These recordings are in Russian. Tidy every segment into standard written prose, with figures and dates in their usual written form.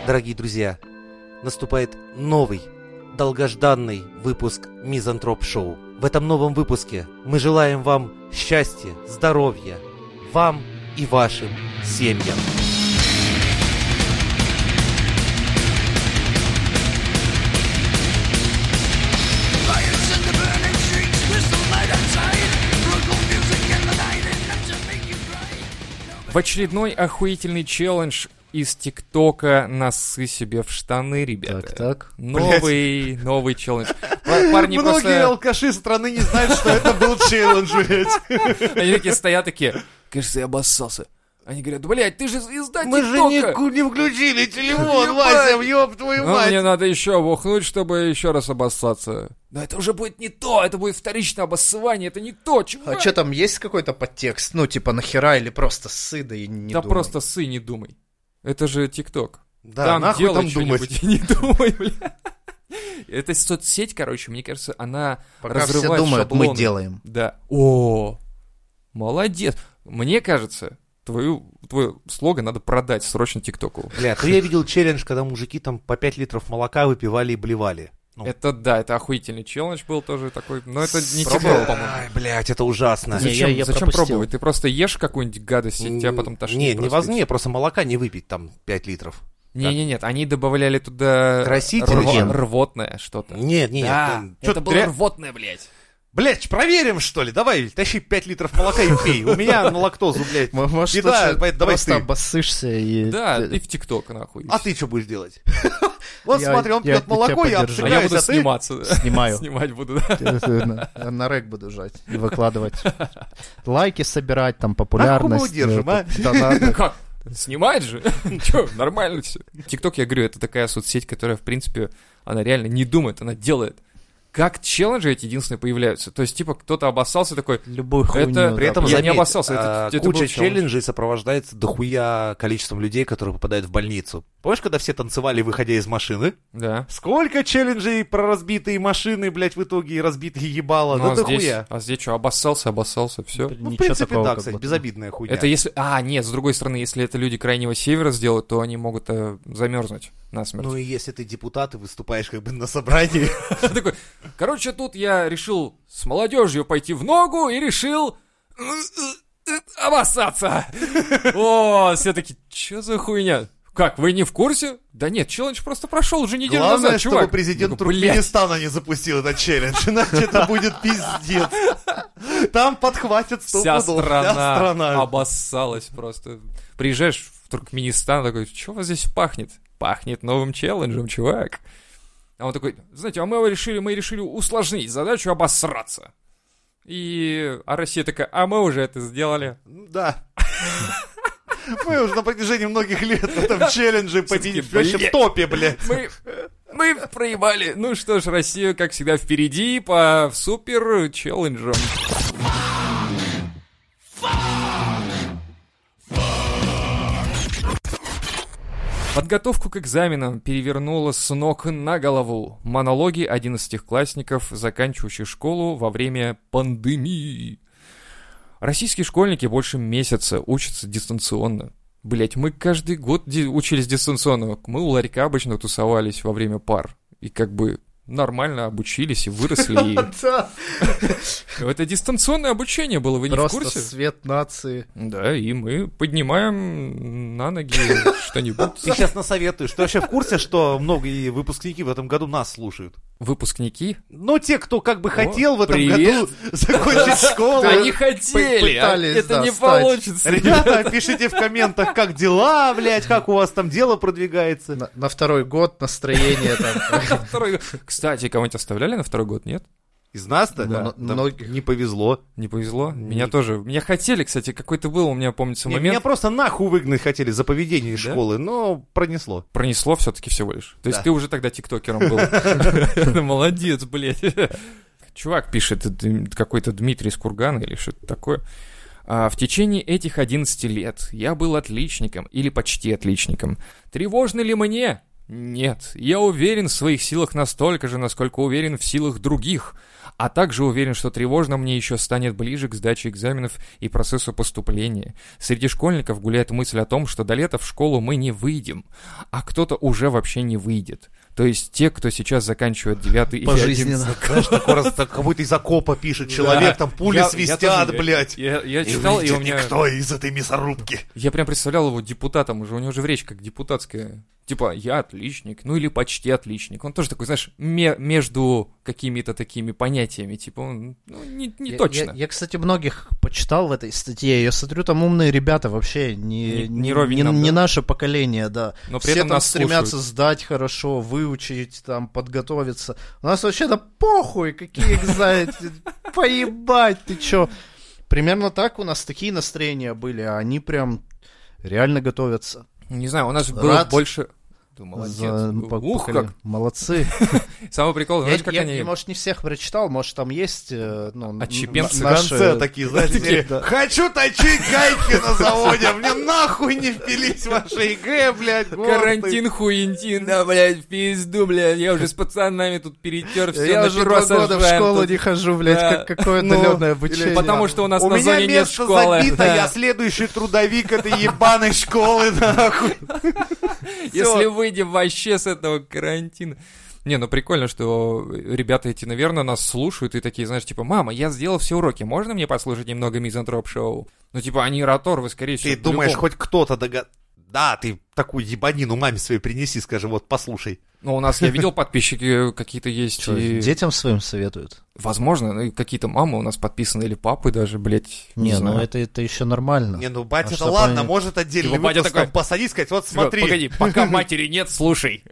Дорогие друзья, наступает новый, долгожданный выпуск Мизантроп Шоу. В этом новом выпуске мы желаем вам счастья, здоровья, вам и вашим семьям. В очередной охуительный челлендж из ТикТока «Носы себе в штаны», ребята. Так. Новый челлендж. Парни Многие просто... алкаши страны не знают, что это был челлендж, блядь. Они такие стоят, такие, кажется, я обоссался. Они говорят, блядь, ты же звезда Мы ТикТока. же не включили телефон, Вася, ёб твою Ну, мать. мне надо еще бухнуть, чтобы еще раз обоссаться. Но это уже будет не то, это будет вторичное обоссывание, это не то, чувак. А что там, есть какой-то подтекст? Ну, типа, нахера или просто ссы, да и не Да думай? просто ссы, не думай. Это же ТикТок. Да, Там нахуй делай там что-нибудь и не думай, бля. Эта соцсеть, короче, мне кажется, она Пока все разрывает думают, шаблоны. мы делаем. Да. О, молодец. Мне кажется, твой слоган надо продать срочно ТикТоку. Бля, то я видел челлендж, когда мужики там по 5 литров молока выпивали и блевали. Ну. Это да, это охуительный челлендж был тоже такой, но это не Пробовал? ТикТок, по-моему. Ай, блядь, это ужасно. Не, Зачем, я зачем пропустил. пробовать? Ты просто ешь какую-нибудь гадость, и тебя потом тошнит. Не, просто. невозможно, просто молока не выпить там 5 литров. Не-не-нет, они добавляли туда Красители? рвотное что-то. Нет, Да, чё это ты было рвотное, блядь. Блядь, проверим, что ли? Давай, тащи 5 литров молока и пей. У меня на лактозу, блядь. Может, еда, лучше поэтому давай просто ты. обоссышься и... Да, и в ТикТок, нахуй. А ты что будешь делать? Вот Я- смотри, он я пьет молоко, тебя я поддержу. А я обсыгаюсь, буду а ты... сниматься. Да. Снимаю. Снимать буду, да. На рэк буду жать и выкладывать. Лайки собирать, там, Нахуй популярность. мы удержим, а? Донаты. Как? Снимать же? Че, нормально все. ТикТок, я говорю, это такая соцсеть, которая, в принципе, она реально не думает, она делает. Как челленджи эти единственные появляются? То есть, типа, кто-то обоссался такой... Любую хуйню. Это- При этом, Я не заметь, обоссался, это был куча челлендж. челленджей сопровождается дохуя количеством людей, которые попадают в больницу. Помнишь, когда все танцевали, выходя из машины? Да. Сколько челленджей про разбитые машины, блядь, в итоге и разбитые ебала? Ну, Да а дохуя. здесь что, обоссался, все. Ну, в Ничего принципе, такого, да, как кстати, будто. безобидная хуйня. Это если... нет, с другой стороны, если это люди Крайнего Севера сделают, то они могут замерзнуть насмерть. Ну и если ты депутат и выступаешь как бы на собрании. Такой, короче, тут я решил с молодежью пойти в ногу и решил обоссаться. О, все таки, что за хуйня? Как, вы не в курсе? Да нет, челлендж просто прошел уже неделю Главное, назад, чтобы чувак. президент Я такой, блядь. Туркменистана не запустил этот челлендж, иначе это будет пиздец. Там подхватят 100 Вся пудов. страна обоссалась просто. Приезжаешь в Туркменистан, такой, что у вас здесь пахнет? Пахнет новым челленджем, чувак. А он такой, знаете, мы решили усложнить задачу обосраться. А Россия такая, а мы уже это сделали. Да. Мы уже на протяжении многих лет в этом челлендже Все-таки, вообще в топе, блядь. Мы проебали. Ну что ж, Россия, как всегда, впереди по супер челленджам. Подготовку к экзаменам перевернула с ног на голову. Монологи 11-классников, заканчивающих школу во время пандемии. Российские школьники больше месяца учатся дистанционно. Блять, мы каждый год учились дистанционно. Мы у ларька обычно тусовались во время пар. И как бы нормально обучились и выросли. Это дистанционное обучение было, вы не в курсе? Просто свет нации. Да, и мы поднимаем на ноги что-нибудь. Ты сейчас насоветуешь. Ты вообще в курсе, что многие выпускники в этом году нас слушают? Выпускники? Ну, те, кто как бы хотел в этом привет. году закончить школу. Они хотели, а пытались, это да, не встать. получится. Ребята, пишите в комментах, как дела, блядь, как у вас там дело продвигается. На второй год настроение там. Второй- Кстати, кого-нибудь оставляли на второй год, нет? Из нас-то? Да. Да, Многих. не повезло. Не повезло? Меня тоже. Меня хотели, кстати, какой-то был, у меня помнится Не, момент. меня просто нахуй выгнать хотели за поведение из Да? школы, но пронесло. Пронесло все-таки всего лишь. То есть Да. ты уже тогда тиктокером был. Молодец, блядь. Чувак пишет, какой-то Дмитрий из Кургана или что-то такое. В течение этих 11 лет я был отличником или почти отличником. Тревожно ли мне? Нет. Я уверен в своих силах настолько же, насколько уверен в силах других. А также уверен, что тревожно мне еще станет ближе к сдаче экзаменов и процессу поступления. Среди школьников гуляет мысль о том, что до лета в школу мы не выйдем, а кто-то уже вообще не выйдет. То есть те, кто сейчас заканчивает 9 или 11 Знаешь, такой раз как будто из окопа пишет человек, там пули свистят, блядь. Я читал, и у меня... никто из этой мясорубки. Я прям представлял его депутатом уже, у него же речь как депутатская. Типа, я отличник, ну или почти отличник. Он тоже такой, знаешь, между какими-то такими понятиями. Типа, он не точно. Я, кстати, многих почитал в этой статье. Я смотрю, там умные ребята вообще не ровень нам, не да? наше поколение, да. Но при все этом там нас стремятся слушают. сдать хорошо, выучить, там, подготовиться. У нас вообще-то похуй, какие экзамены. Поебать, ты чё? Примерно так у нас такие настроения были, а они прям реально готовятся. Не знаю, у нас было больше... Молодец. Ух, как! Молодцы. Самый прикол, знаешь, как они... Я, может, не всех прочитал, может, там есть... Отщепенцы. В конце такие, знаете, хочу точить гайки на заводе, мне нахуй не впились ваши ЕГЭ, блядь. Карантин, хуентин, да, блядь, в пизду, блядь, я уже с пацанами тут перетер, все я на уже перо 2 года в сажаем школу тут. не хожу, блядь, Да. какое Ну, удаленное обучение. Потому что у нас У на меня зоне нет место школы. забито, я следующий трудовик этой ебаной школы, нахуй. Если выйдем вообще с этого карантина. Не, ну прикольно, что ребята эти, наверное, нас слушают и такие, знаешь, типа, мама, я сделал все уроки, можно мне послушать немного Мизантроп-шоу? Ну, типа, они Ротор, вы, скорее всего, Ты думаешь, по-любому. хоть кто-то Да, ты такую ебанину маме своей принеси, скажи, вот послушай. Ну, у нас, я видел, подписчики какие-то есть. Что, и... детям своим советуют? Возможно, ну, и какие-то мамы у нас подписаны, или папы даже, блядь. Не, ну знаю. это еще нормально. Не, ну батя-то что ладно, понять? может отдельный Типа батя выпуск такой, там посадить, сказать, вот Типа, смотри. Погоди, пока матери нет, слушай.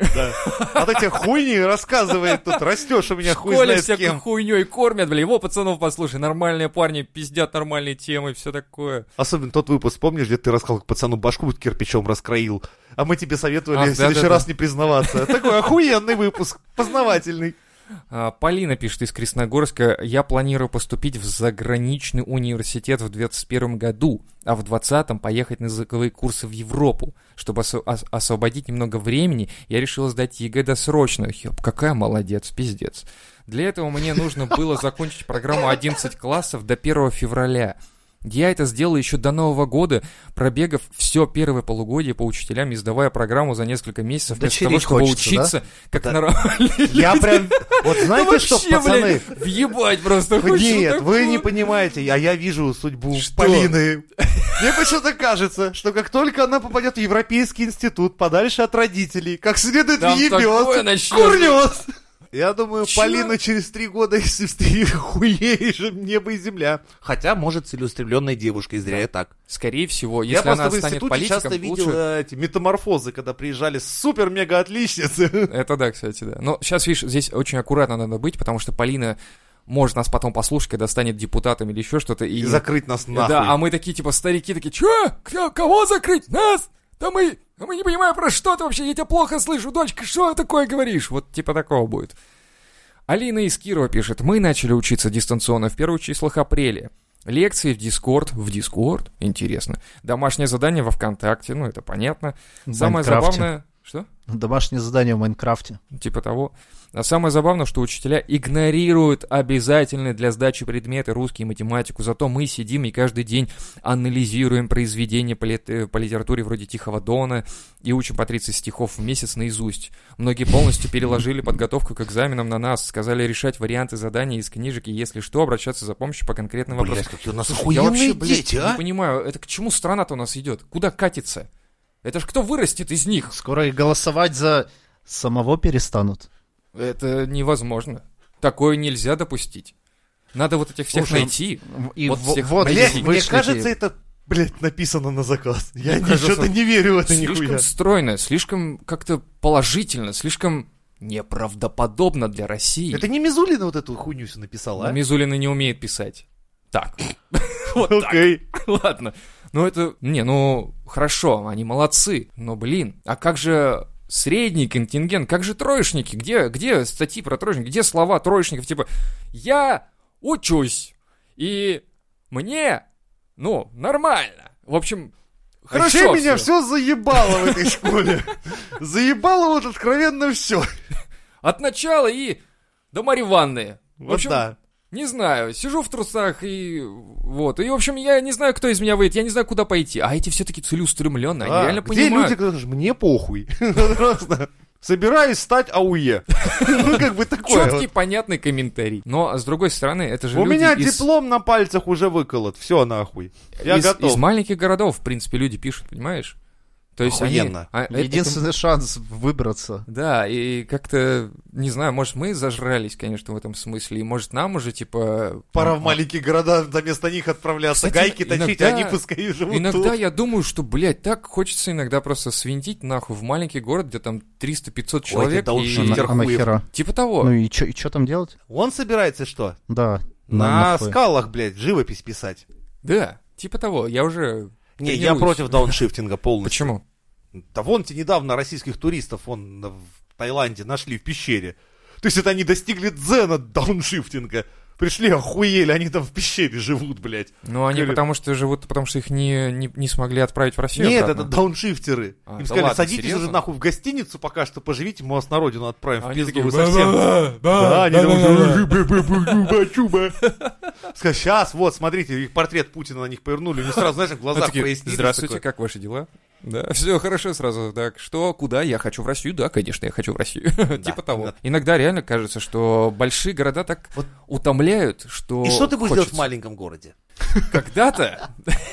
А то тебе хуйни рассказывает тут, растешь у меня В хуй школе знает с всякой кем. хуйней кормят, бля, его пацанов послушай, нормальные парни пиздят нормальные темы, все такое. Особенно тот выпуск, помнишь, где ты рассказал, как пацану башку кирпичом раскроил, а мы тебе советовали Ах, в следующий да-да-да. раз не признаваться. Такой охуенный выпуск, познавательный. Полина пишет из Красногорска: я планирую поступить в заграничный университет в 2021 году, а в 2020 поехать на языковые курсы в Европу. Чтобы освободить немного времени, я решила сдать ЕГЭ досрочно. Какая молодец, пиздец. Для этого мне нужно было закончить программу 11 классов до 1 февраля. Я это сделал еще до Нового года, пробегав все первое полугодие по учителям и сдавая программу за несколько месяцев, вместо того, чтобы хочется, учиться, как нормальный. Я прям... Вот знаете что, Вообще, пацаны? блядь, въебать просто. Нет, вы не понимаете, а я вижу судьбу Полины. Мне почему-то кажется, что как только она попадет в Европейский институт, подальше от родителей, как следует Там такое въебет, начнётся. курнёс. Я думаю, Чё? Полина через 3 года, если встретит, хуеешь небо и земля. Хотя, может, целеустремленная девушка, и зря я так. Скорее всего, Я если она просто в станет институте политиком, часто видел лучше... эти метаморфозы, когда приезжали супер-мега-отличницы. Это да, кстати, да. Но сейчас, видишь, здесь очень аккуратно надо быть, потому что Полина может нас потом послушать, когда станет депутатом или еще что-то. И закрыть нас нахуй. Да, а мы такие, типа, старики, такие, чё? Кого закрыть? Нас? Да мы не понимаем, про что ты вообще, я тебя плохо слышу, дочка, что такое говоришь? Вот типа такого будет. Алина из Кирова пишет: мы начали учиться дистанционно в первых числах апреля. Лекции в Дискорд, интересно. Домашнее задание во ВКонтакте, ну это понятно. Самое забавное... Что? Домашнее задание в Майнкрафте. Типа того. А самое забавное, что учителя игнорируют обязательные для сдачи предметы русский и математику, зато мы сидим и каждый день анализируем произведения по литературе вроде Тихого Дона и учим по 30 стихов в месяц наизусть. Многие полностью переложили подготовку к экзаменам на нас, сказали решать варианты заданий из книжек и, если что, обращаться за помощью по конкретным вопросам. Блядь, какие у нас Слушай, я охуенные вообще, блядь, дети, не а? понимаю, это к чему страна-то у нас идет? Куда катится? Это ж кто вырастет из них? Скоро и голосовать за самого перестанут. Это невозможно. Такое нельзя допустить. Надо вот этих всех Слушай, найти. И Вот всех вот Блядь, Подожди, мне вышли кажется, те- это, блядь, написано на заказ. Я Мне кажется, что-то не верю в это Слишком нихуя. стройно, слишком как-то положительно, слишком неправдоподобно для России. Это не Мизулина вот эту хуйню все написала, а? Мизулина не умеет писать. Так. Вот так. Окей. Ладно. Ну это... Не, ну хорошо, они молодцы. Но, блин, а как же средний контингент? Как же троечники? Где статьи про троечников? Где слова троечников? Типа, я учусь, и мне, ну, нормально. В общем, хорошо. Вообще меня всё. все заебало в этой школе. Заебало вот откровенно все. От начала и до Марьи Ивановны. В Вот общем, да. Не знаю, сижу в трусах и вот. И, в общем, я не знаю, кто из меня выйдет, я не знаю, куда пойти. А эти все-таки целеустремленные, они реально где понимают. люди, которые говорят, мне похуй. Просто собираюсь стать АУЕ. Ну, как бы такое. Четкий, понятный комментарий. Но, с другой стороны, это же У люди меня из... диплом на пальцах уже выколот. Все нахуй. Я из готов. маленьких городов, в принципе, люди пишут, понимаешь? То есть Охуенно. Единственный шанс выбраться. Да, и как-то, не знаю, может, мы зажрались, конечно, в этом смысле, и может, нам уже, типа... Пора в маленькие города вместо них отправляться. Кстати, Гайки точить, иногда- они пускай живут Иногда тут. я думаю, что, блядь, так хочется иногда просто свинтить нахуй в маленький город, где там 300-500 человек, да уж, и... Питер А нахера? Типа того. Ну и чё там делать? Он собирается что? Да. На нахуй. скалах, блядь, живопись писать. Да, типа того. Я уже Не, я тренируюсь. против дауншифтинга полностью. Почему? Да вон те недавно российских туристов в Таиланде нашли в пещере. То есть это они достигли дзена дауншифтинга. Пришли, охуели, они там в пещере живут, блядь. Ну, они Говорю, потому что живут, потому что их не смогли отправить в Россию Нет, обратно. это дауншифтеры. А, Им да сказали, ладно, садитесь серьезно? уже нахуй в гостиницу пока что, поживите, мы вас на родину отправим. Они в пизду, такие, вы совсем... Да, они там... Сейчас, вот, смотрите, их портрет Путина на них повернули, у них сразу, знаешь, в Ну, глазах такие, прояснилось. здравствуйте, такое. как ваши дела? Да, все хорошо сразу. Так, что, куда? Я хочу в Россию. Да, конечно, я хочу в Россию. Типа того. да. Иногда реально кажется, что большие города так Вот. утомляют, что И что ты будешь делать в хочется. маленьком городе? Когда-то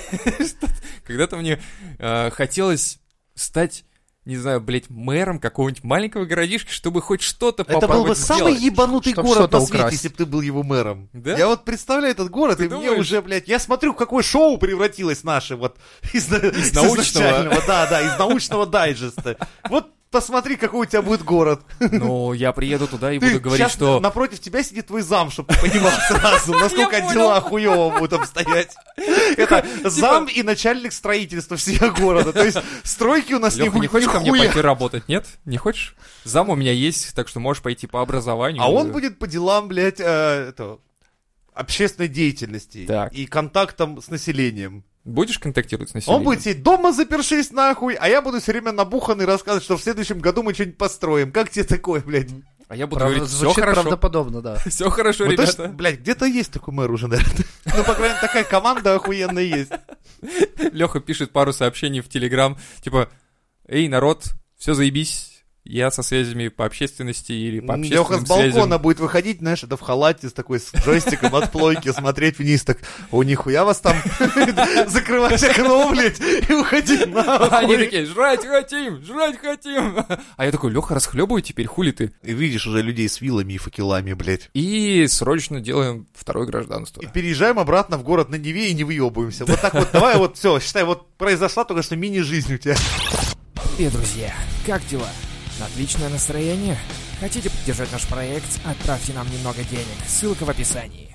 мне хотелось стать, не знаю, блядь, мэром какого-нибудь маленького городишки, чтобы хоть что-то Это был бы попробовать самый сделать. ебанутый Чтоб город что-то на свете, украсть. если бы ты был его мэром. Да? Я вот представляю этот город, Ты и мне думаешь? уже, блядь, я смотрю, в какое шоу превратилось наше вот из научного. изначального. Да, из научного дайджеста. Вот посмотри, какой у тебя будет город. Ну, я приеду туда и Ты буду говорить, щас что... напротив тебя сидит твой зам, чтобы ты понимал сразу, насколько понял. дела хуёво будут обстоять. Это зам и начальник строительства всего города. То есть стройки у нас Лёха, не хочешь ко мне нихуя. пойти работать, нет? Не хочешь? Зам у меня есть, так что можешь пойти по образованию. А он будет по делам, блядь, общественной деятельности Так. и контактам с населением. Будешь контактировать с населением? Он будет сидеть дома, запершись нахуй, а я буду все время набуханный рассказывать, что в следующем году мы что-нибудь построим. Как тебе такое, блядь? А я буду Правда, говорить, все звучит хорошо. правдоподобно, да. Все хорошо, Вот ребята. точно, блядь, где-то есть такой мэр уже, наверное. Ну, по крайней мере, такая команда охуенная есть. Леха пишет пару сообщений в Телеграм, типа, эй, народ, все заебись, я со связями по общественности или по Леха общественным с балкона связям. будет выходить, знаешь, это в халате с такой с джойстиком от плойки, смотреть вниз, так, о, нихуя вас там, закрывать окно, блядь, и уходить А они нахуй. такие, жрать хотим. А я такой, Леха, расхлебывай теперь, хули ты. И видишь уже людей с вилами и факелами, блядь. И срочно делаем второе гражданство. И переезжаем обратно в город на Неве и не выебываемся. Вот так вот, давай вот, все, считай, вот произошла только что мини-жизнь у тебя. Привет, друзья! Как дела? Отличное настроение? Хотите поддержать наш проект? Отправьте нам немного денег. Ссылка в описании.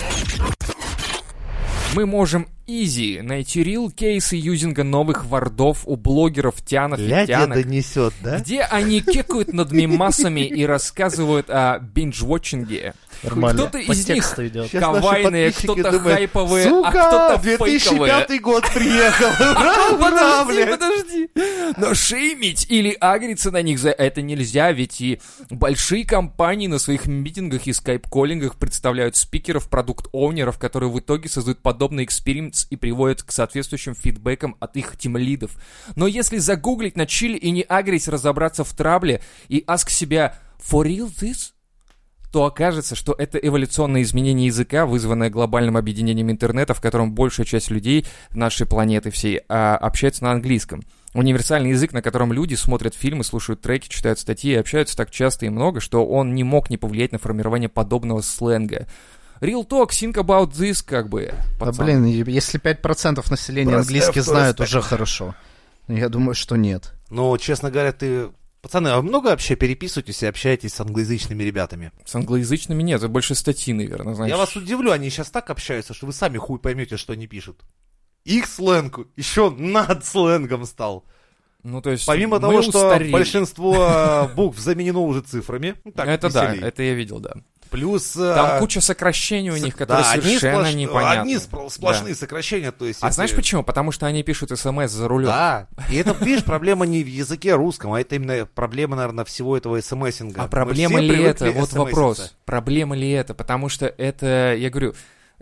Мы можем easy найти real кейсы юзинга новых вардов у блогеров тянов и тянок. несет, да? Где они кекают над мемасами и рассказывают о биндж-вотчинге. Нормально. Кто-то По из них тексту идет. Щас наши кавайные, подписчики кто-то думают, хайповые, сука, а кто-то 2005 фейковые. год приехал. Ура, блядь. Подожди. Но шеймить или агриться на них за это нельзя, ведь и большие компании на своих митингах и скайп-коллингах представляют спикеров, продукт-оунеров, которые в итоге создают подобный экспириенс и приводят к соответствующим фидбэкам от их тимлидов. Но если загуглить на чили и не агрить, разобраться в трабле и ask себя «For real this?», то окажется, что это эволюционное изменение языка, вызванное глобальным объединением интернета, в котором большая часть людей нашей планеты всей общается на английском. Универсальный язык, на котором люди смотрят фильмы, слушают треки, читают статьи и общаются так часто и много, что он не мог не повлиять на формирование подобного сленга. Real talk, think about this, как бы. Да, пацан. блин, если 5% населения английский знают, уже хорошо. Но я думаю, что нет. Ну, честно говоря, пацаны, а вы много вообще переписываетесь и общаетесь с англоязычными ребятами? С англоязычными нет, это больше статьи, наверное, знаешь. Я вас удивлю, они сейчас так общаются, что вы сами хуй поймете, что они пишут. Их сленг еще над сленгом стал. Ну, то есть Помимо мы того, что устарели. большинство букв заменено уже цифрами. Ну, так, Это да, веселей. это я видел, да. Плюс... Там куча сокращений у них, которые совершенно непонятны. Одни сплошные сокращения, то есть... А знаешь почему? Потому что они пишут смс за рулем. Да, и это, видишь, проблема не в языке русском, а это именно проблема, наверное, всего этого смсинга. А проблема ли это? Вот вопрос. Проблема ли это? Потому что это, я говорю,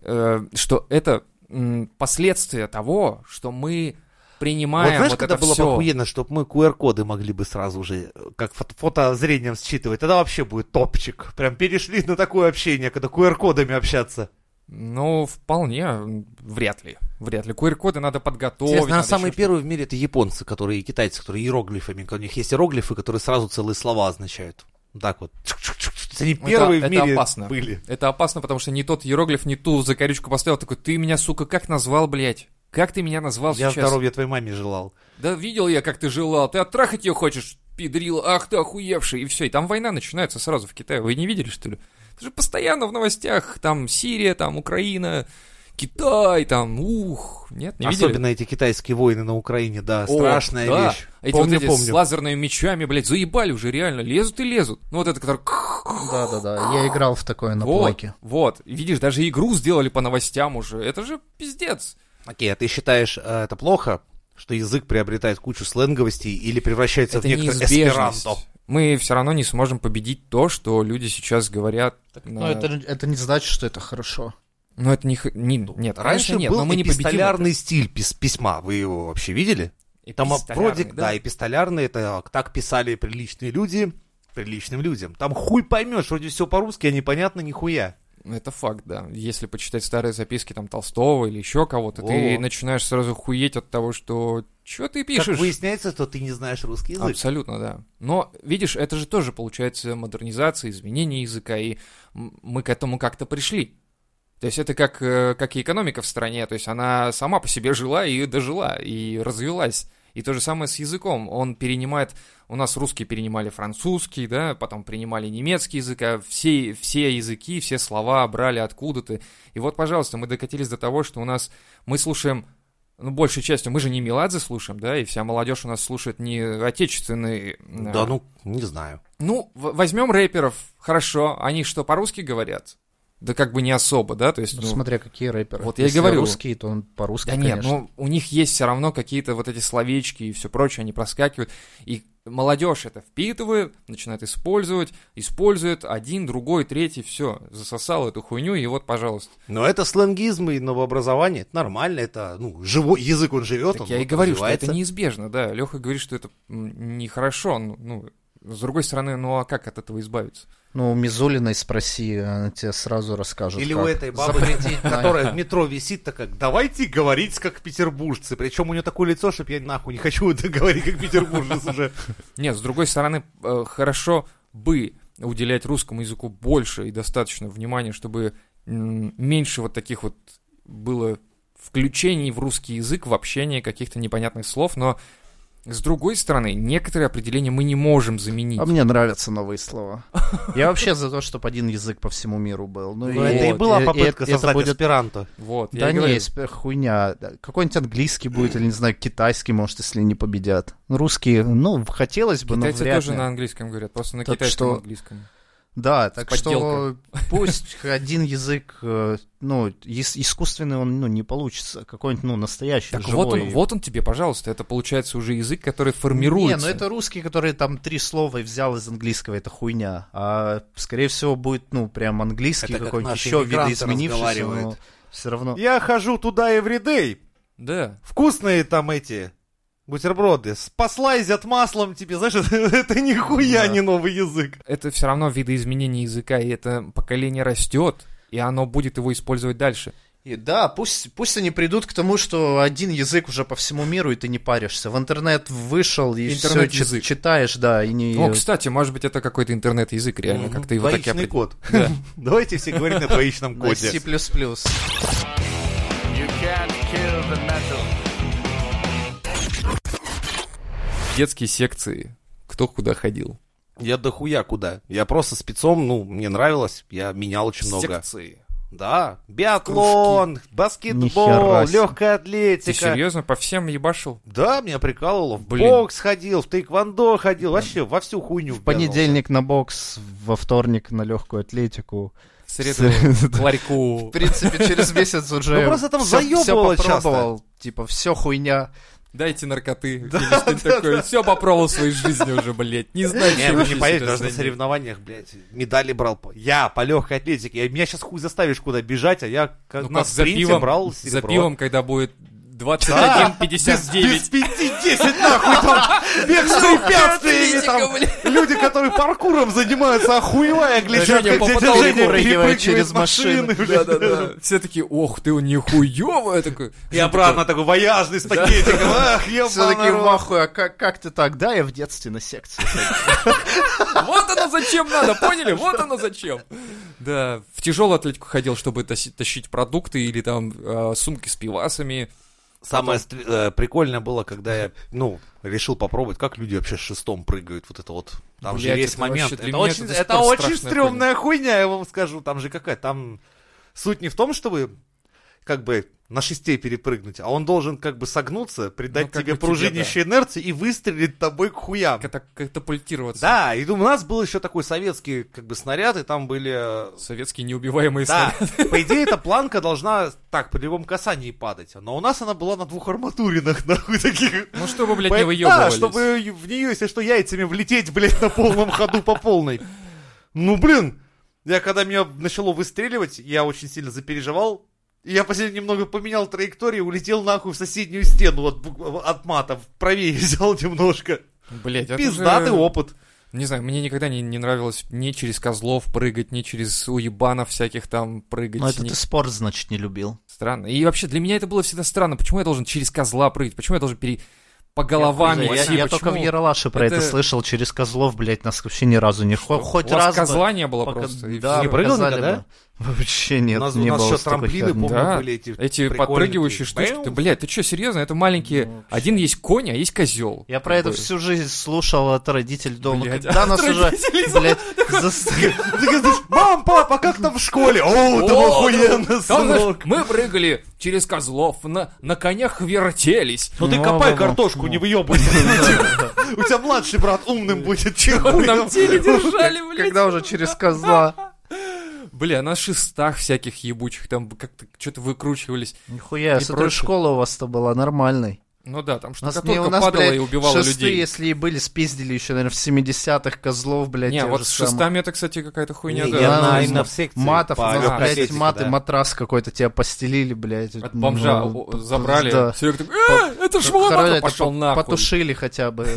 что это последствия того, что мы принимаем знаешь, вот когда это было все. бы охуенно, чтобы мы QR-коды могли бы сразу же, как фотозрением считывать, тогда вообще будет топчик. Прям перешли на такое общение, когда QR-кодами общаться. Ну, вполне, вряд ли. QR-коды надо подготовить. Наверное, надо самые еще первые в мире это японцы, которые, и китайцы, которые иероглифами, у них есть иероглифы, которые сразу целые слова означают. Вот так вот. Они первые в мире опасно. были. Это опасно, потому что не тот иероглиф, не ту закорючку поставил, такой, ты меня, сука, как назвал, блядь? Как ты меня назвал Я сейчас? здоровья твоей маме желал. Да видел я, как ты желал. Ты оттрахать ее хочешь, педрил. Ах ты охуевший. И все. И там война начинается сразу в Китае. Вы не видели, что ли? Это же постоянно в новостях. Там Сирия, там Украина, Китай, там, нет, не видели? Особенно эти китайские войны на Украине, да, О, страшная да. вещь. Эти Помню. с лазерными мечами, блядь, заебали уже реально. Лезут и лезут. Ну вот это, который... Да-да-да, я играл в такое на плойке. Вот, видишь, даже игру сделали по новостям уже. Это же пиздец. Окей, а ты считаешь, это плохо, что язык приобретает кучу сленговостей или превращается Это в некоторое неизбежность. эсперанто? Мы все равно не сможем победить то, что люди сейчас говорят. Но это не значит, что это хорошо. Но это нет, Раньше конечно, нет, был но мы не победим эпистолярный стиль письма, вы его вообще видели? Там вроде, да, эпистолярный, это так писали приличные люди приличным людям. Там хуй поймешь, вроде все по-русски, а непонятно нихуя. Это факт, да. Если почитать старые записки там Толстого или еще кого-то, ты начинаешь сразу хуеть от того, что что ты пишешь? Как выясняется, то ты не знаешь русский язык. Абсолютно, да. Но, видишь, это же тоже получается модернизация, изменение языка, и мы к этому как-то пришли. То есть это как и экономика в стране, то есть она сама по себе жила и дожила, и развилась. И то же самое с языком. Он перенимает... У нас русские перенимали французский, да, потом принимали немецкий язык, а все языки, все слова брали откуда-то. И вот, пожалуйста, мы докатились до того, что у нас... Мы слушаем... Ну, большей частью, мы же не Меладзе слушаем, да, и вся молодежь у нас слушает не отечественные... Да, не знаю. Ну, возьмем рэперов, хорошо, они что, по-русски говорят? Да как бы не особо, да, то есть... Смотря какие рэперы. Вот я и говорю. Русские, то он по-русски, да нет, конечно. ну у них есть все равно какие-то вот эти словечки и все прочее, они проскакивают, и молодежь это впитывает, начинает использует один, другой, третий, все, засосал эту хуйню, и вот, пожалуйста. Но это сленгизм и новообразование, это нормально, это, живой язык, он живет, так я и говорю, что это неизбежно, да, Леха говорит, что это нехорошо, с другой стороны, а как от этого избавиться? Ну, у Мизулиной спроси, она тебе сразу расскажет. Или как. у этой бабы, которая в метро висит, такая, давайте говорить как петербуржцы. Причем у нее такое лицо, что я нахуй не хочу говорить как петербуржец уже. Нет, с другой стороны, хорошо бы уделять русскому языку больше и достаточно внимания, чтобы меньше вот таких вот было включений в русский язык, в общение каких-то непонятных слов, но с другой стороны, некоторые определения мы не можем заменить. А мне нравятся новые слова. Я вообще за то, чтобы один язык по всему миру был. Ну, это и была попытка создать эсперанто. Вот, да не, хуйня. Какой-нибудь английский будет, или, не знаю, китайский, может, если не победят. Русские, хотелось бы, но вряд ли. Китайцы тоже на английском говорят, просто на китайском английском. Да, так что пусть один язык, искусственный он, не получится, какой-нибудь, настоящий, так живой. Вот он тебе, пожалуйста, это получается уже язык, который формируется. Не, это русский, который там 3 слова взял из английского, это хуйня, а скорее всего будет, прям английский это какой-нибудь, как еще видоизменившийся, но все равно. Я хожу туда everyday. Да. Вкусные там эти... бутерброды. Послайзят маслом тебе, знаешь, это нихуя не новый язык. Это все равно видоизменение языка, и это поколение растет, и оно будет его использовать дальше. И да, пусть они придут к тому, что один язык уже по всему миру, и ты не паришься. В интернет вышел, и все читаешь, да, и не... кстати, может быть, это какой-то интернет-язык, реально, как-то его так... Двоичный код. Давайте все говорить на двоичном коде. C++. Детские секции. Кто куда ходил? Я дохуя куда. Я просто спецом, мне нравилось. Я менял очень много. Секции. Да, биатлон, баскетбол, Нихера себе. легкая Ты атлетика. серьезно по всем ебашил? Да, меня прикалывало. В Блин. бокс ходил, в тэквондо ходил, вообще во всю хуйню. В понедельник на бокс, во вторник на легкую атлетику. В среду к ларьку. В принципе, через месяц уже Ну, просто там всё заёбывало попробовал. Типа, все хуйня. Дайте наркоты. Все попробовал в своей жизни уже, блядь. Не знаю, Не, чем вы еще не поверите, себя даже на занять. соревнованиях, блядь, медали брал. Я по легкой атлетике. Меня сейчас хуй заставишь куда бежать, а я Ну на как, за спринте пивом, брал за серебро. пивом, когда будет Да, 21:59. без 5-10 нахуй там бег с препятствиями там. Люди, которые паркуром занимаются, охуевая, глядят, Женя как по дядя потолку Женя прыгивает перепрыгивает через машины. блядь. Да-да-да. Все такие, ох ты, нихуёвая такой. И обратно такой вояжный с пакетиком. Ах, Все-таки ебаный в рот. ахуе, а как ты так? Да, я в детстве на секции. Вот оно зачем надо, поняли? Вот оно зачем. Да, в тяжелую атлетику ходил, чтобы тащить продукты или там сумки с пивасами. Самое прикольное было, когда я, решил попробовать, как люди вообще с шестом прыгают, вот это вот. Там же Блядь, есть это момент. вообще для Это меня очень, это до сих это пор очень страшная стрёмная хуйня, я вам скажу. Там же там суть не в том, чтобы как бы на шесте перепрыгнуть, а он должен как бы согнуться, придать как тебе бы тебе, пружинящей инерции и выстрелить тобой к хуям. Катапультироваться. Да, и у нас был еще такой советский как бы снаряд, и там были... Советские неубиваемые Да, снаряды. по идее, эта планка должна так, при любом касании падать. Но у нас она была на двух арматуринах, нахуй, таких. Ну, чтобы, блядь, не Да, выебывались. чтобы в нее, если что, яйцами влететь, блядь, на полном ходу по полной. Ну, блин, когда меня начало выстреливать, я очень сильно запереживал. И я последний немного поменял траекторию, улетел нахуй в соседнюю стену от мата, правее взял немножко. Блядь, это Пиздатый же... опыт. Не знаю, мне никогда не нравилось ни через козлов прыгать, ни через уебанов всяких там прыгать. Ну, это ни- ты спорт, значит, не любил. Странно. И вообще для меня это было всегда странно. Почему я должен через козла прыгать? Почему я должен по головам Я идти? только в Почему? Яралаше про это Это- слышал, через козлов, блядь, нас вообще ни разу не... Хоть У вас раз бы- козла не было пока- просто. и Да, всё. Не прыгал показали никогда? бы. Вообще нет, у нас не было еще столько трамплины, херни. помню, Да, были эти эти прикольные подпрыгивающие такие. штучки. Да, блядь, ты что, серьезно? Это маленькие... Один есть конь, а есть козел. Я про это всю жизнь слушал от родителей дома. Блядь, Когда от нас уже, родителей блядь, Ты говоришь, мам, папа, как там в школе? О, там охуенно, Там, знаешь, сынок. мы прыгали через козлов, на конях вертелись. Ну ты Ну, копай ну, картошку, не выебывайся. У тебя младший брат умным будет. Чего Нам теле держали, блядь. когда уже через козла. Бля, на шестах всяких ебучих там как-то что-то выкручивались. Нихуя, я И смотрю, прочее. школа у вас-то была нормальной. Ну да, там У нас, штукатурка падала и убивала шесты, людей. если и были, спиздили еще, наверное, в 70-х козлов, блядь. Не, тех вот же с самых. шестами это, кстати, какая-то хуйня. Не, да. я Да, именно в секции. Матов, по у нас, легкой блядь, атлетике, маты, да. матрас какой-то тебя постелили, блядь. От бомжа Ну, забрали. да. Серега такой, это ж мой Хорошо, нахуй, это пошел нахуй. Потушили хотя бы.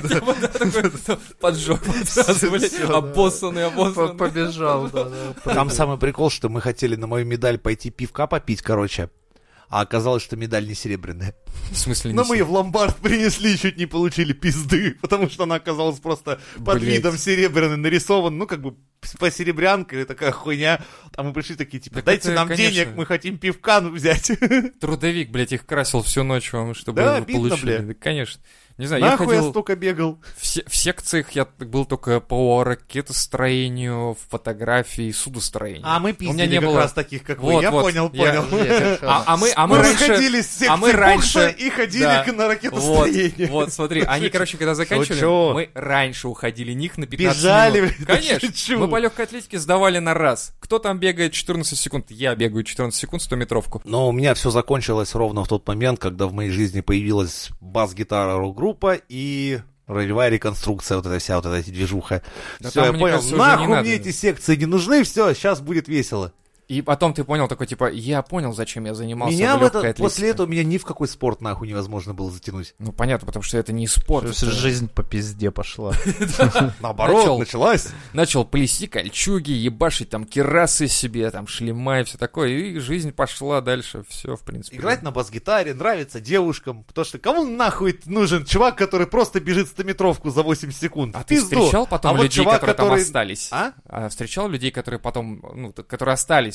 Поджег сразу, блядь, Всё, да. обоссанный. Побежал, да. Там самый прикол, что мы хотели на мою медаль пойти пивка попить, короче. А оказалось, что медаль не серебряная. В смысле, Но не мы ее в ломбард принесли и чуть не получили пизды, потому что она оказалась просто под Блядь. видом серебряной нарисована, ну, как бы посеребрянка или такая хуйня. А мы пришли такие, типа, Так дайте это, нам конечно. денег, мы хотим пивка взять. Трудовик, блядь, их красил всю ночь вам, чтобы Да, вы обидно, получили. бля. Да, конечно. Не знаю, я Нахуй я ходил столько бегал. в секциях, я был только по ракетостроению, фотографии, судостроению. А мы У меня пиздили не как было... раз таких, как вы. Вот, Я вот, понял, я- понял. А мы Мы раньше... выходили с а мы секции раньше- бокса и ходили Да. на Вот, ракетостроение. вот, смотри, они, короче, когда заканчивали, Шучу. мы раньше уходили них на 15 Бежали, минут. блядь, Конечно, шучу. мы по легкой атлетике сдавали на раз. Кто там бегает 14 секунд? Я бегаю 14 секунд 100-метровку. Но у меня все закончилось ровно в тот момент, когда в моей жизни появилась бас-гитара рок-группа и ролевая реконструкция, вот эта вся, вот эта движуха. Да Все, там, я мне понял, кажется, уже нахуй не надо. мне эти секции не нужны, все, сейчас будет весело. И потом ты понял такой, типа, я понял, зачем я занимался Меня в в легкой это, атлетике. после этого меня ни в какой спорт нахуй невозможно было затянуть. Ну, понятно, потому что это не спорт. То есть это- жизнь по пизде пошла. Наоборот, Начал- началась. Начал плести кольчуги, ебашить там керасы себе, там шлема и все такое, и жизнь пошла дальше, все, в принципе. Играть на бас-гитаре нравится девушкам, потому что кому нахуй нужен чувак, который просто бежит 100-метровку за 8 секунд? А В ты пизду. встречал потом А вот людей, чувак, которые там который- остались? А? Встречал людей, которые потом, ну, которые остались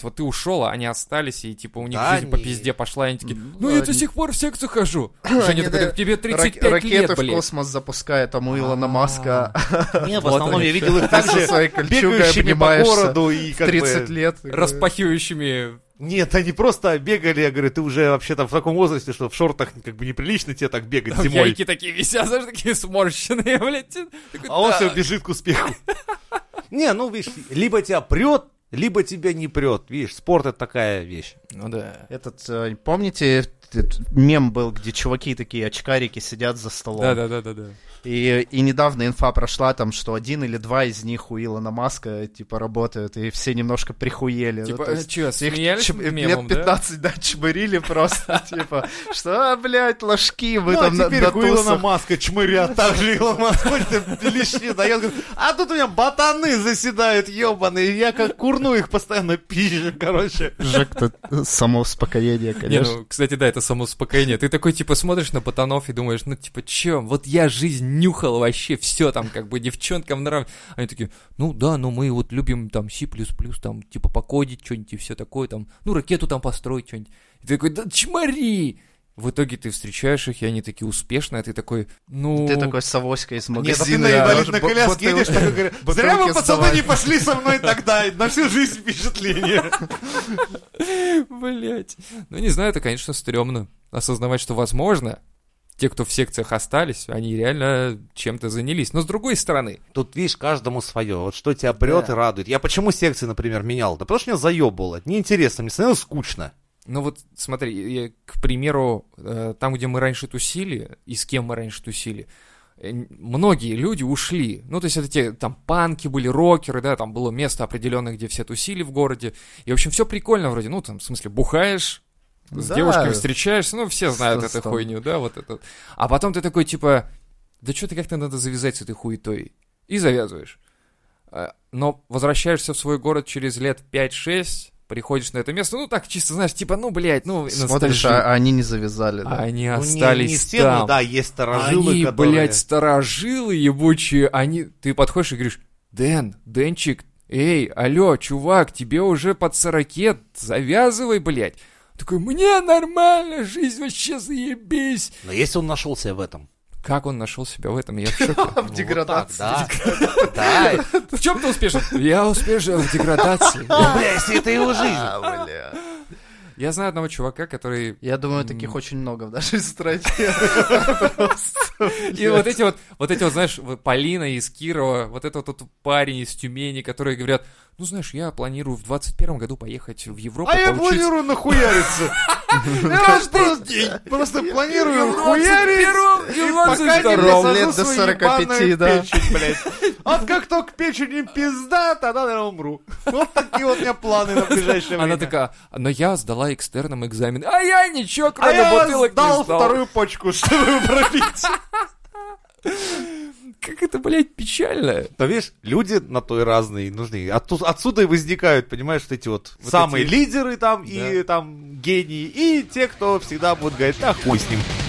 остались. Вот ты ушел, а они остались, и типа у них Да жизнь по не. пизде пошла, и они такие, ну я до сих пор в секцию хожу. Женя Они, такой, да, так тебе 35 Ракеты лет, в блядь. космос запускают, там у Илона Маска Не, в Вот основном они. я видел их со также своей кольчугой бегающими по обнимаешься городу и в как 30 бы... лет. Распахивающими. Нет, они просто бегали, я говорю, ты уже вообще-то в таком возрасте, что в шортах как бы неприлично тебе так бегать Там зимой. яйки такие висят, знаешь, такие сморщенные, блядь. Такой, А он «Да». все бежит к успеху. Не, ну видишь, либо тебя прет, либо тебя не прет. Видишь, спорт это такая вещь. Ну да. Помните, этот мем был, где чуваки такие, очкарики, сидят за столом? Да. И недавно инфа прошла там, что 1 или 2 из них у Илона Маска, типа, работают, и все немножко прихуели. Типа, то есть чё, их смеялись над лет мемом, да? 15, да, чмырили просто, типа, что, блядь, ложки, вы Ну, там а теперь на у Илона тусах. Маска чмырят, так же Илон Маск ходит, лещи дает, говорит, а тут у меня ботаны заседают, ебаные, я как курну их постоянно пизжу, короче. Жек-то самоуспокоение, Не, конечно. ну, кстати, да, это самоуспокоение. Ты такой, типа, смотришь на ботанов и думаешь, ну, типа, чё, вот я жизнь нюхал вообще, все там, как бы, девчонкам нравится. Они такие, ну, да, ну, мы вот любим там C++, там, типа, покодить что-нибудь и все такое, там, ну, ракету там построить что-нибудь. И ты такой, да чмари! В итоге ты встречаешь их, и они такие успешные, а ты такой, ну... Ты такой с авоськой из Нет, а магазина. ты на инвалидной коляске едешь, такой, говоришь, зря вы, бутылки пацаны, сдавай. не пошли со мной тогда, на всю жизнь впечатление. Блять. Ну, не знаю, это, конечно, стрёмно. Осознавать, что, возможно, те, кто в секциях остались, они реально чем-то занялись. Но с другой стороны, Тут, видишь, каждому свое. Вот что тебя прет и радует. Я почему секции, например, менял? Да потому что меня заебывало. Это неинтересно, мне становилось скучно. ну вот смотри, к примеру, там, где мы раньше тусили, и с кем мы раньше тусили, многие люди ушли. Ну, то есть это те, там, панки были, рокеры, да, там было место определенное, где все тусили в городе. И, в общем, все прикольно вроде. Ну, там, в смысле, бухаешь, с Да. девушками встречаешься, ну, все знают С- эту там. хуйню, да, вот это. А потом ты такой, типа, да что-то как-то надо завязать с этой хуетой. И завязываешь. Но возвращаешься в свой город через лет 5-6, приходишь на это место, ну, так чисто, знаешь, типа, ну, блядь, ну, Смотришь, ностальжи. а они не завязали, А да. они Ну, остались не все, там. но да, есть старожилы, Они, которые... блядь, старожилы ебучие, они... Ты подходишь и говоришь, Денчик, эй, алло, чувак, тебе уже под 40, завязывай, блядь. Такой, мне нормально, жизнь вообще заебись. Но если он нашелся в этом. Как он нашел себя в этом, я в шоке. В деградации. Да. Да. В чем ты успешен? Я успешен в деградации. Бля, если это его жизнь. А, бля. Я знаю одного чувака, который... Я думаю, таких очень много в нашей стране. И вот эти вот, знаешь, вот Полина из Кирова, вот этот вот парень из Тюмени, которые говорят, ну, знаешь, я планирую в 21 году поехать в Европу, А я поучиться». планирую нахуяриться. Я просто планирую хуярить. И в Пока не 22-м. Лет насажу до свою 45, ебаную да. печень, блядь. Вот как только печень пизда, тогда я умру. Вот такие вот у меня планы на ближайшее время. Она такая, но я сдала экстерном экзамен, а я ничего, А кроме я бутылок не сдал сдал. вторую почку, чтобы пробить. Как это, блядь, печально. Но видишь, люди на то и разные нужны. Отсюда и возникают, понимаешь, вот эти вот самые эти- лидеры там, и Да. там гении, и те, кто всегда будут говорить, да хуй с ним.